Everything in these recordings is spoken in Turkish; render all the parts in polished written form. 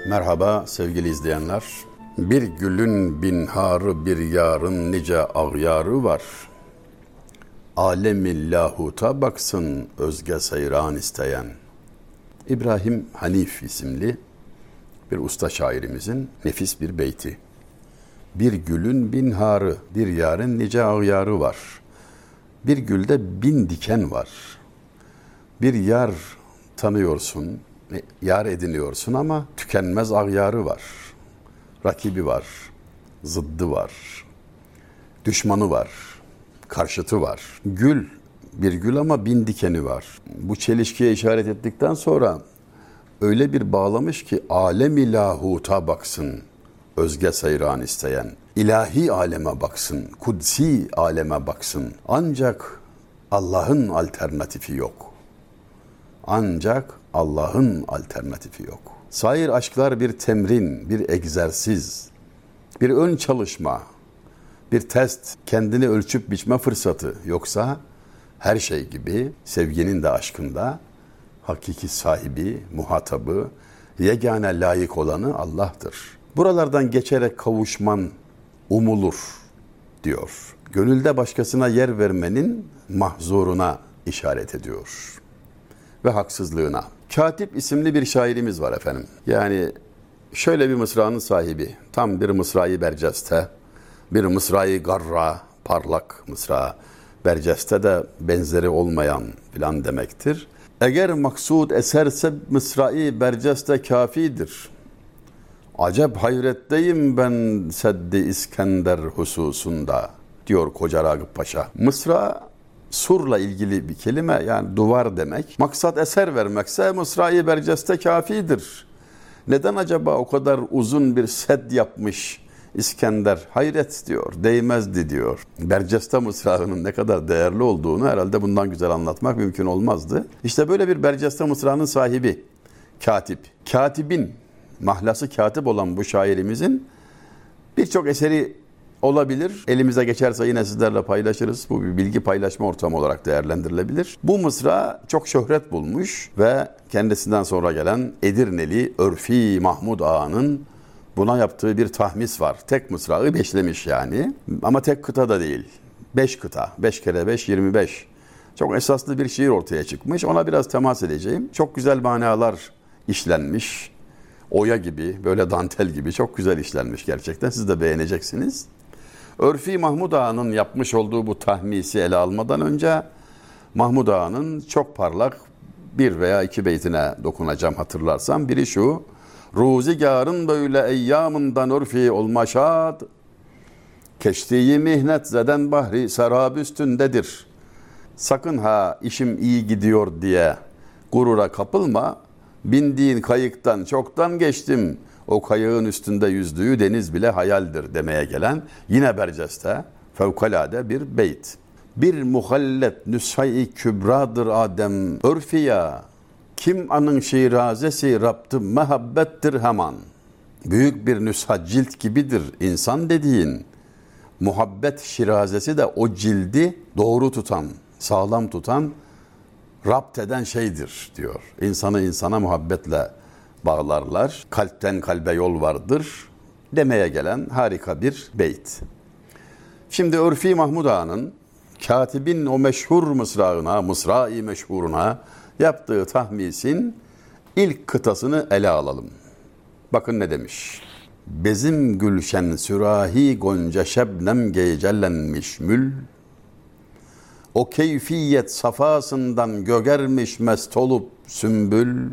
Merhaba sevgili izleyenler. Bir gülün bin harı, bir yarın nice ağyarı var. Alemi lahuta baksın özge seyran isteyen. İbrahim Hanif isimli bir usta şairimizin nefis bir beyti. Bir gülün bin harı, bir yarın nice ağyarı var. Bir gülde bin diken var. Bir yar tanıyorsun, yar ediniyorsun ama tükenmez ağyarı var. Rakibi var, zıddı var, düşmanı var, karşıtı var. Gül, bir gül ama bin dikeni var. Bu çelişkiye işaret ettikten sonra öyle bir bağlamış ki alem-i lahuta baksın, özge seyran isteyen. İlahi aleme baksın, kudsi aleme baksın. Ancak Allah'ın alternatifi yok. Ancak Allah'ın alternatifi yok. Sair aşklar bir temrin, bir egzersiz, bir ön çalışma, bir test, kendini ölçüp biçme fırsatı. Yoksa her şey gibi sevginin de aşkında hakiki sahibi, muhatabı, yegane layık olanı Allah'tır. Buralardan geçerek kavuşman umulur diyor. Gönülde başkasına yer vermenin mahzuruna işaret ediyor ve haksızlığına. Katip isimli bir şairimiz var efendim. Yani şöyle bir mısranın sahibi. Tam bir mısrayı berceste, bir mısrayı garra, parlak mısra. Berceste de benzeri olmayan filan demektir. Eğer maksud eserse mısrayı berceste kafidir. Acep hayretteyim ben Seddi İskender hususunda diyor Koca Ragıp Paşa. Mısra surla ilgili bir kelime, yani duvar demek. Maksat eser vermekse mısra-i berceste kafidir. Neden acaba o kadar uzun bir sed yapmış İskender? Hayret diyor, değmezdi diyor. Berceste mısrağının ne kadar değerli olduğunu herhalde bundan güzel anlatmak mümkün olmazdı. İşte böyle bir berceste mısrağının sahibi katip. Katibin, mahlası katip olan bu şairimizin birçok eseri olabilir. Elimize geçerse yine sizlerle paylaşırız. Bu bir bilgi paylaşma ortamı olarak değerlendirilebilir. Bu mısra çok şöhret bulmuş ve kendisinden sonra gelen Edirneli Örfi Mahmud Ağa'nın buna yaptığı bir tahmis var. Tek mısrağı beşlemiş yani. Ama tek kıta da değil. 5 kıta. 5 kere 5, 25. Çok esaslı bir şiir ortaya çıkmış. Ona biraz temas edeceğim. Çok güzel manalar işlenmiş. Oya gibi, böyle dantel gibi çok güzel işlenmiş gerçekten. Siz de beğeneceksiniz. Örfi Mahmud Ağa'nın yapmış olduğu bu tahmisi ele almadan önce Mahmud Ağa'nın çok parlak bir veya iki beytine dokunacağım hatırlarsam. Biri şu: Ruzigarın böyle eyyamından örfi olmaşad, keştiği mihnet zeden bahri serab üstündedir. Sakın ha işim iyi gidiyor diye gurura kapılma, bindiğin kayıktan çoktan geçtim, o kayığın üstünde yüzdüğü deniz bile hayaldir demeye gelen yine berceste fevkalade bir beyt. Bir muhallet nüshai kübradır Adem örfiya, kim anın şirazesi raptı mehabbettir hemen. Büyük bir nüsha cilt gibidir insan dediğin, muhabbet şirazesi de o cildi doğru tutan, sağlam tutan, rapt eden şeydir diyor. İnsanı insana muhabbetle bağlarlar. Kalpten kalbe yol vardır demeye gelen harika bir beyt. Şimdi Örfi Mahmud Ağa'nın katibin o meşhur mısrağına, mısra-i meşhuruna yaptığı tahmisin ilk kıtasını ele alalım. Bakın ne demiş. Bezim gülşen sürahi gonca şebnem geycellenmiş mül, o keyfiyet safasından gögermiş mest olup sümbül,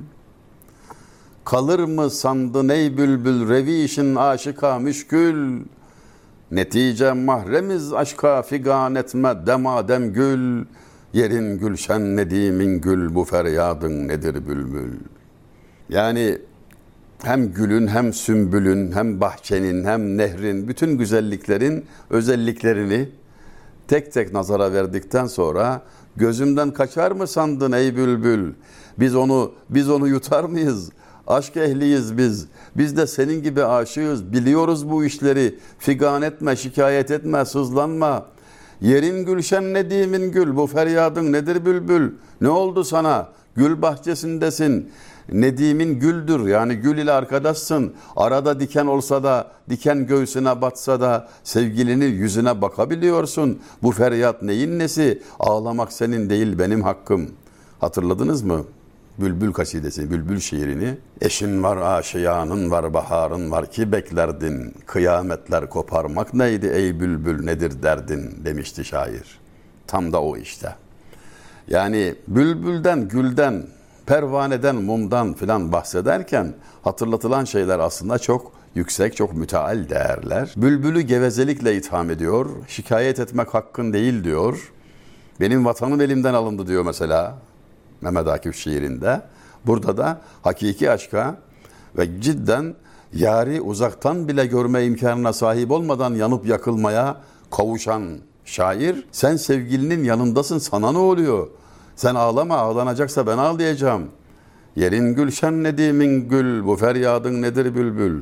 kalır mı sandın ey bülbül revişin aşıka müşkül, netice mahremiz aşka figan etme demadem gül, yerin gülşen nedimin gül bu feryadın nedir bülbül. Yani hem gülün hem sümbülün hem bahçenin hem nehrin bütün güzelliklerin özelliklerini tek tek nazara verdikten sonra gözümden kaçar mı sandın ey bülbül? Biz onu yutar mıyız? Aşk ehliyiz biz. Biz de senin gibi aşığız. Biliyoruz bu işleri. Figan etme, şikayet etme, sızlanma. Yerin gülşen nedimin gül. Bu feryadın nedir bülbül? Ne oldu sana? Gül bahçesindesin. Nedimin güldür, yani gül ile arkadaşsın. Arada diken olsa da, diken göğsüne batsa da sevgilinin yüzüne bakabiliyorsun. Bu feryat neyin nesi? Ağlamak senin değil benim hakkım. Hatırladınız mı? Bülbül kasidesi, bülbül şiirini. Eşin var, aşiyanın var, baharın var ki beklerdin. Kıyametler koparmak neydi ey bülbül, nedir derdin demişti şair. Tam da o işte. Yani bülbülden, gülden, pervaneden, mumdan filan bahsederken hatırlatılan şeyler aslında çok yüksek, çok müteal değerler. Bülbülü gevezelikle itham ediyor, şikayet etmek hakkın değil diyor. Benim vatanım elimden alındı diyor mesela Mehmet Akif şiirinde. Burada da hakiki aşka ve cidden yari uzaktan bile görme imkanına sahip olmadan yanıp yakılmaya kavuşan şair, sen sevgilinin yanındasın, sana ne oluyor? Sen ağlama, ağlanacaksa ben ağlayacağım. Yerin gülşen nedimin gül, bu feryadın nedir bülbül?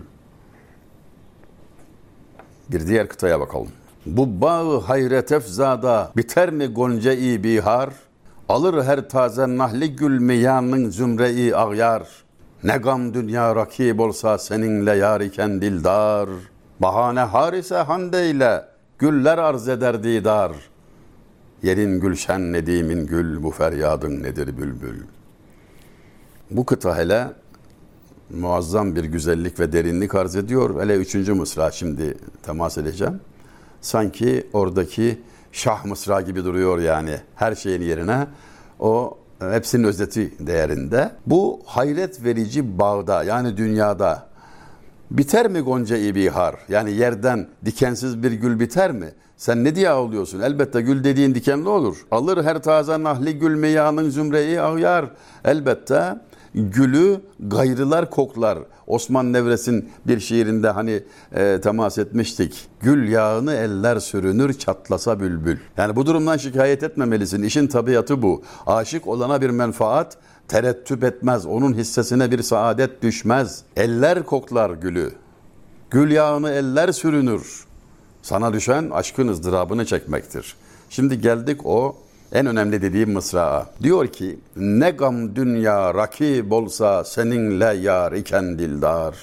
Bir diğer kıtaya bakalım. Bu bağı hayret efzada biter mi gonca-i bihar? Alır her taze nahli gül miyanın zümre-i ağyar. Ne gam dünya rakib olsa seninle yar iken dildar. Bahane harise handeyle güller arz eder didar. Yerin gülşen nedimin gül, bu feryadın nedir bülbül? Bu kıta hele muazzam bir güzellik ve derinlik arz ediyor. Hele 3. mısra şimdi temas edeceğim. Sanki oradaki şah mısra gibi duruyor yani. Her şeyin yerine o hepsinin özeti değerinde. Bu hayret verici bağda, yani dünyada biter mi gonca-i bihar? Yani yerden dikensiz bir gül biter mi? Sen ne diye ağlıyorsun? Elbette gül dediğin dikenli olur. Alır her taze nahli gül meyanın zümre-i ağyar. Elbette gülü gayrılar koklar. Osman Nevres'in bir şiirinde hani temas etmiştik. Gül yağını eller sürünür çatlasa bülbül. Yani bu durumdan şikayet etmemelisin. İşin tabiatı bu. Aşık olana bir menfaat terettüp etmez. Onun hissesine bir saadet düşmez. Eller koklar gülü. Gül yağını eller sürünür. Sana düşen aşkın ızdırabını çekmektir. Şimdi geldik o en önemli dediğim mısrağa. Diyor ki, ne gam dünya rakib olsa seninle yar iken dildar.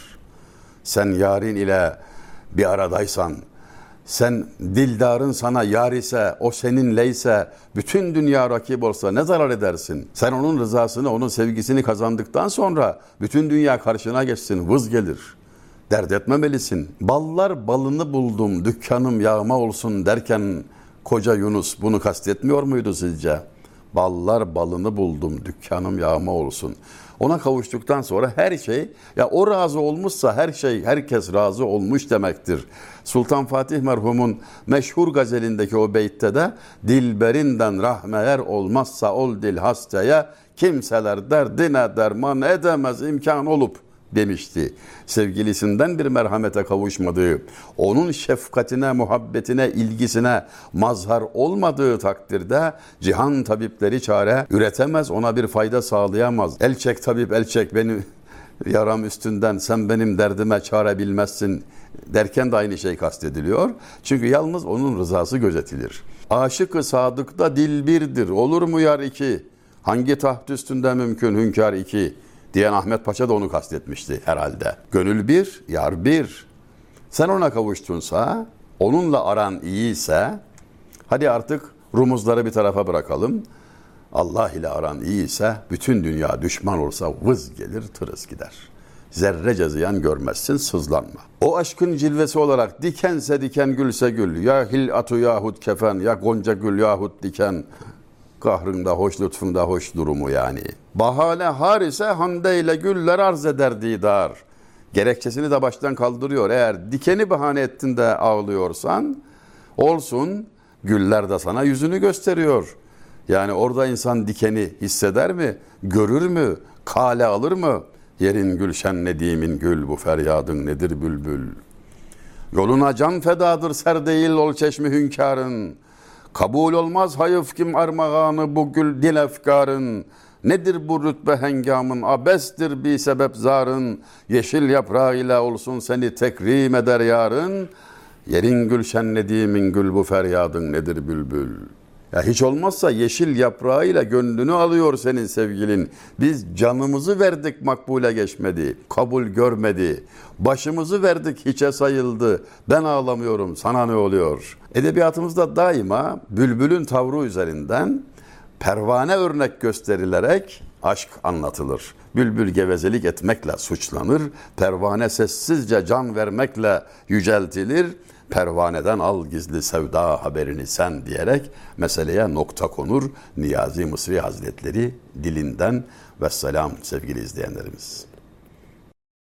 Sen yarın ile bir aradaysan, sen dildarın sana yar ise, o seninleyse, bütün dünya rakip olsa ne zarar edersin? Sen onun rızasını, onun sevgisini kazandıktan sonra bütün dünya karşına geçsin, vız gelir. Dert etmemelisin. Ballar balını buldum, dükkanım yağma olsun derken koca Yunus bunu kastetmiyor muydu sizce? Ballar balını buldum, dükkanım yağma olsun. Ona kavuştuktan sonra her şey, ya o razı olmuşsa her şey, herkes razı olmuş demektir. Sultan Fatih merhumun meşhur gazelindeki o beytte de dilberinden rahmeler olmazsa ol dil hastaya, kimseler derdine derman edemez imkan olup demişti. Sevgilisinden bir merhamete kavuşmadığı, onun şefkatine, muhabbetine, ilgisine mazhar olmadığı takdirde cihan tabipleri çare üretemez, ona bir fayda sağlayamaz. El çek tabip, el çek, benim yaram üstünden, sen benim derdime çare bilmezsin derken de aynı şey kastediliyor. Çünkü yalnız onun rızası gözetilir. Aşık-ı sadıkta dil birdir, olur mu yar iki? Hangi taht üstünde mümkün hünkâr iki? Diyen Ahmet Paşa da onu kastetmişti herhalde. Gönül bir, yar bir. Sen ona kavuştunsa, onunla aran iyiyse, hadi artık rumuzları bir tarafa bırakalım. Allah ile aran iyiyse, bütün dünya düşman olsa vız gelir, tırıs gider. Zerrece ziyan görmezsin, sızlanma. O aşkın cilvesi olarak dikense diken, gülse gül. Ya hilatu yahut kefen, ya gonca gül yahut diken. Kahrında hoş, lütfunda hoş durumu yani. Bahane harise handeyle güller arz eder didar. Gerekçesini de baştan kaldırıyor. Eğer dikeni bahane ettin de ağlıyorsan, olsun, güller de sana yüzünü gösteriyor. Yani orada insan dikeni hisseder mi? Görür mü? Kale alır mı? Yerin gülşen nedimin gül, bu feryadın nedir bülbül? Yoluna can fedadır ser değil ol çeşmi hünkârın. Kabul olmaz hayıf kim armağanı bu gül dil efkarın. Nedir bu rütbe hengamın, abestir bir sebep zarın. Yeşil yaprağıyla olsun seni tekrim eder yarın. Yerin gülşen nedimin gül, bu feryadın nedir bülbül? Ya hiç olmazsa yeşil yaprağıyla gönlünü alıyor senin sevgilin. Biz canımızı verdik makbule geçmedi, kabul görmedi. Başımızı verdik hiçe sayıldı. Ben ağlamıyorum sana ne oluyor? Edebiyatımızda daima bülbülün tavrı üzerinden pervane örnek gösterilerek aşk anlatılır. Bülbül gevezelik etmekle suçlanır. Pervane sessizce can vermekle yüceltilir. Pervaneden al gizli sevda haberini sen diyerek meseleye nokta konur. Niyazi Mısri Hazretleri dilinden. Vesselam sevgili izleyenlerimiz.